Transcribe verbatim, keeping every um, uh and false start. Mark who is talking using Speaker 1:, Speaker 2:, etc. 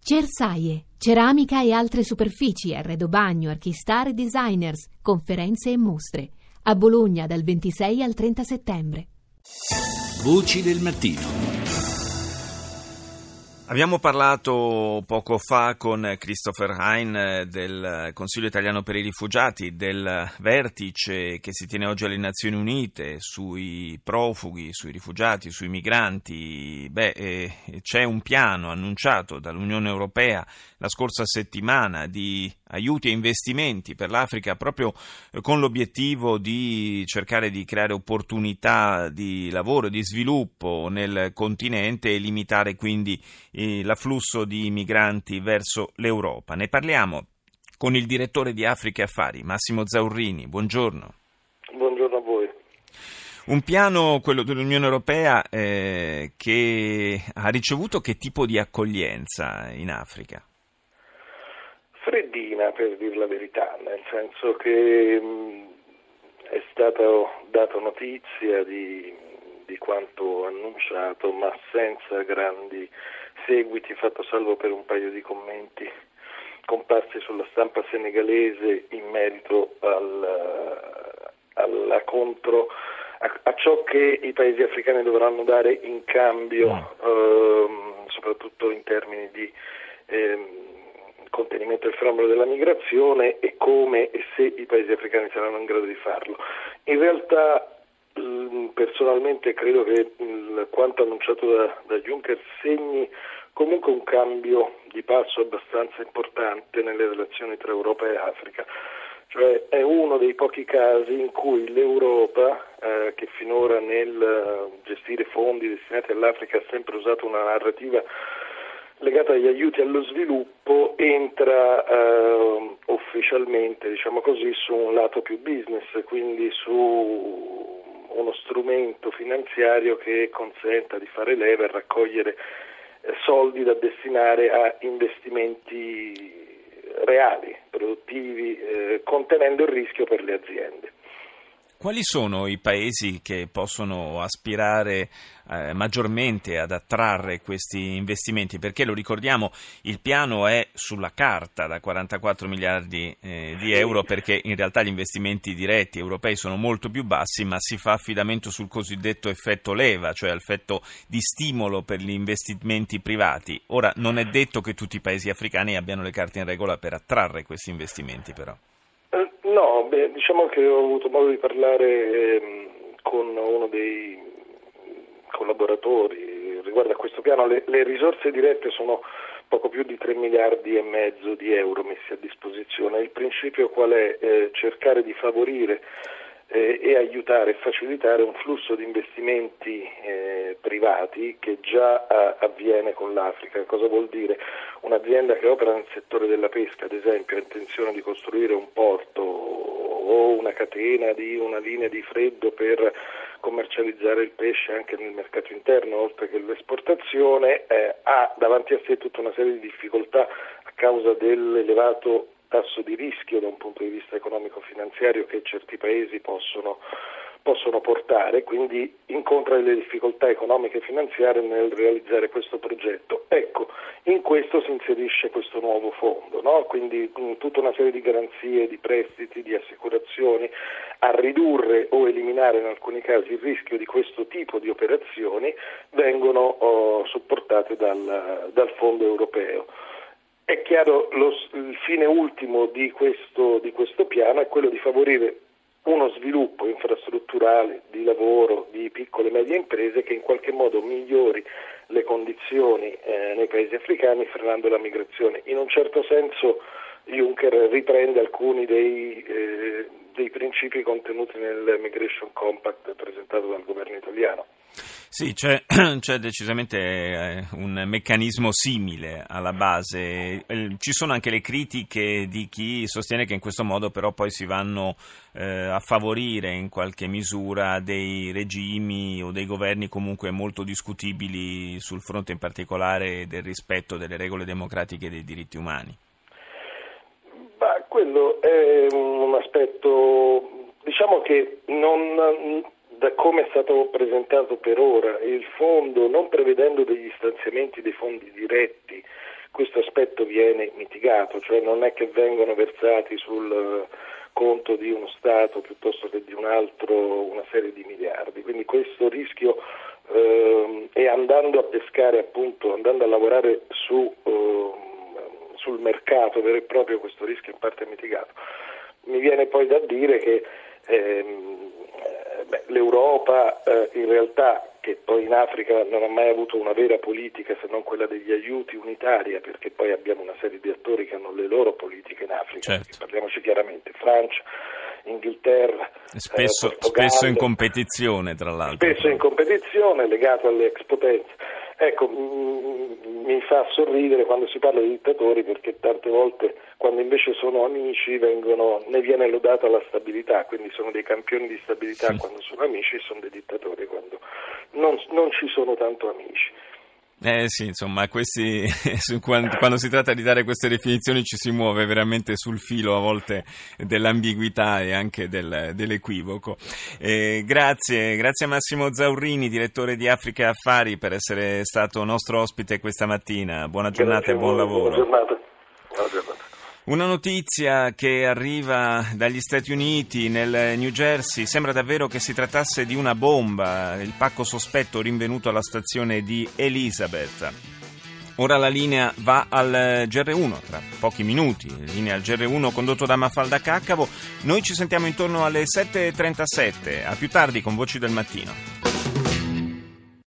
Speaker 1: Cersaie, ceramica e altre superfici, arredo bagno, archistar e designers, conferenze e mostre. A Bologna dal ventisei al trenta settembre.
Speaker 2: Voci del mattino.
Speaker 3: Abbiamo parlato poco fa con Christopher Hein del Consiglio Italiano per i Rifugiati, del vertice che si tiene oggi alle Nazioni Unite sui profughi, sui rifugiati, sui migranti. Beh, eh, c'è un piano annunciato dall'Unione Europea la scorsa settimana di aiuti e investimenti per l'Africa proprio con l'obiettivo di cercare di creare opportunità di lavoro e di sviluppo nel continente e limitare quindi l'afflusso di migranti verso l'Europa. Ne parliamo con il direttore di Africa e Affari, Massimo Zaurrini. Buongiorno.
Speaker 4: Buongiorno a voi.
Speaker 3: Un piano, quello dell'Unione Europea, eh, che ha ricevuto che tipo di accoglienza in Africa?
Speaker 4: Freddina, per dir la verità, nel senso che mh, è stata data notizia di, di quanto annunciato, ma senza grandi seguiti, fatto salvo per un paio di commenti comparsi sulla stampa senegalese in merito al, alla contro a, a ciò che i paesi africani dovranno dare in cambio, mm. ehm, soprattutto in termini di ehm, contenimento del fenomeno della migrazione e come e se i paesi africani saranno in grado di farlo. In realtà personalmente credo che il, quanto annunciato da, da Juncker segni comunque un cambio di passo abbastanza importante nelle relazioni tra Europa e Africa. Cioè è uno dei pochi casi in cui l'Europa, eh, che finora nel gestire fondi destinati all'Africa ha sempre usato una narrativa legata agli aiuti allo sviluppo, entra eh, ufficialmente, diciamo così, su un lato più business, quindi su uno strumento finanziario che consenta di fare leva e raccogliere eh, soldi da destinare a investimenti reali, produttivi, eh, contenendo il rischio per le aziende.
Speaker 3: Quali sono i paesi che possono aspirare eh, maggiormente ad attrarre questi investimenti? Perché lo ricordiamo, il piano è sulla carta da quarantaquattro miliardi eh, di euro, perché in realtà gli investimenti diretti europei sono molto più bassi, ma si fa affidamento sul cosiddetto effetto leva, cioè l'effetto di stimolo per gli investimenti privati. Ora, non è detto che tutti i paesi africani abbiano le carte in regola per attrarre questi investimenti, però.
Speaker 4: No, beh, diciamo che ho avuto modo di parlare eh, con uno dei collaboratori riguardo a questo piano. Le, le risorse dirette sono poco più di tre miliardi e mezzo di euro messi a disposizione. Il principio qual è? Eh, cercare di favorire eh, e aiutare e facilitare un flusso di investimenti eh, privati che già a, avviene con l'Africa. Cosa vuol dire? Un'azienda che opera nel settore della pesca, ad esempio, ha intenzione di costruire un porto o una catena di una linea di freddo per commercializzare il pesce anche nel mercato interno, oltre che l'esportazione, eh, ha davanti a sé tutta una serie di difficoltà a causa dell'elevato tasso di rischio da un punto di vista economico-finanziario che certi paesi possono possono portare, quindi incontra delle difficoltà economiche e finanziarie nel realizzare questo progetto. Ecco, in questo si inserisce questo nuovo fondo, no? Quindi mh, tutta una serie di garanzie, di prestiti, di assicurazioni a ridurre o eliminare in alcuni casi il rischio di questo tipo di operazioni vengono oh, supportate dal, dal fondo europeo. È chiaro, lo, il fine ultimo di questo, di questo piano è quello di favorire uno sviluppo infrastrutturale, di lavoro, di piccole e medie imprese che in qualche modo migliori le condizioni eh, nei paesi africani frenando la migrazione. In un certo senso Juncker riprende alcuni dei, eh, dei principi contenuti nel Migration Compact presentato dal governo italiano.
Speaker 3: Sì, c'è, c'è decisamente eh, un meccanismo simile alla base. Eh, ci sono anche le critiche di chi sostiene che in questo modo però poi si vanno eh, a favorire in qualche misura dei regimi o dei governi comunque molto discutibili sul fronte in particolare del rispetto delle regole democratiche e dei diritti umani.
Speaker 4: Ma quello è un aspetto, diciamo che non... Da come è stato presentato per ora, il fondo, non prevedendo degli stanziamenti dei fondi diretti questo aspetto viene mitigato, cioè non è che vengono versati sul conto di uno Stato piuttosto che di un altro una serie di miliardi, quindi questo rischio eh, e andando a pescare appunto, andando a lavorare su, eh, sul mercato vero e proprio, questo rischio in parte è mitigato. Mi viene poi da dire che ehm, beh, l'Europa eh, in realtà, che poi in Africa non ha mai avuto una vera politica se non quella degli aiuti unitaria, perché poi abbiamo una serie di attori che hanno le loro politiche in Africa,
Speaker 3: certo.
Speaker 4: Parliamoci chiaramente, Francia, Inghilterra,
Speaker 3: spesso,
Speaker 4: eh,
Speaker 3: spesso in competizione tra l'altro.
Speaker 4: Spesso in competizione, legato alle ex potenze. Ecco, mh, mi fa sorridere quando si parla di dittatori, perché tante volte quando invece sono amici vengono, ne viene lodata la stabilità, quindi sono dei campioni di stabilità sì. Quando sono amici, e sono dei dittatori quando non, non ci sono tanto amici.
Speaker 3: Eh sì, insomma, questi, quando, quando si tratta di dare queste definizioni ci si muove veramente sul filo a volte dell'ambiguità e anche del, dell'equivoco. Eh, grazie, grazie a Massimo Zaurini, direttore di Africa Affari, per essere stato nostro ospite questa mattina. Buona giornata grazie e buon voi, lavoro.
Speaker 4: Buona giornata. Buona giornata.
Speaker 3: Una notizia che arriva dagli Stati Uniti, nel New Jersey. Sembra davvero che si trattasse di una bomba, il pacco sospetto rinvenuto alla stazione di Elizabeth. Ora la linea va al G R uno, tra pochi minuti, linea al G R uno condotto da Mafalda Caccavo. Noi ci sentiamo intorno alle sette e trentasette, a più tardi con Voci del Mattino.